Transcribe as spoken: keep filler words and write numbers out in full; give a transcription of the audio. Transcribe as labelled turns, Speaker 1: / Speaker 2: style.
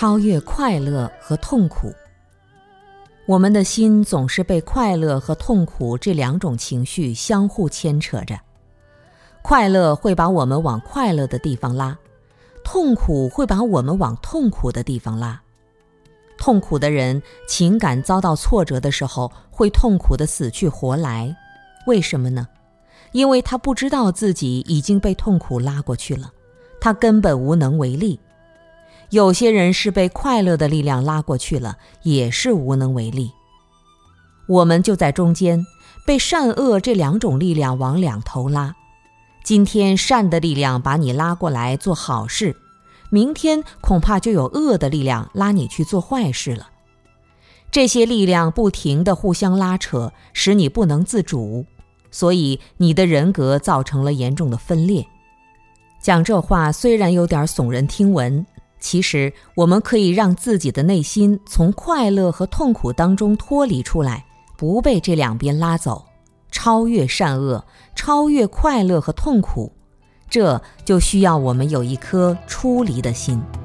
Speaker 1: 超越快乐和痛苦。我们的心总是被快乐和痛苦这两种情绪相互牵扯着，快乐会把我们往快乐的地方拉，痛苦会把我们往痛苦的地方拉。痛苦的人情感遭到挫折的时候，会痛苦的死去活来。为什么呢？因为他不知道自己已经被痛苦拉过去了，他根本无能为力。有些人是被快乐的力量拉过去了，也是无能为力。我们就在中间，被善恶这两种力量往两头拉。今天善的力量把你拉过来做好事，明天恐怕就有恶的力量拉你去做坏事了。这些力量不停地互相拉扯，使你不能自主，所以你的人格造成了严重的分裂。讲这话虽然有点耸人听闻，其实我们可以让自己的内心从快乐和痛苦当中脱离出来，不被这两边拉走，超越善恶，超越快乐和痛苦。这就需要我们有一颗出离的心。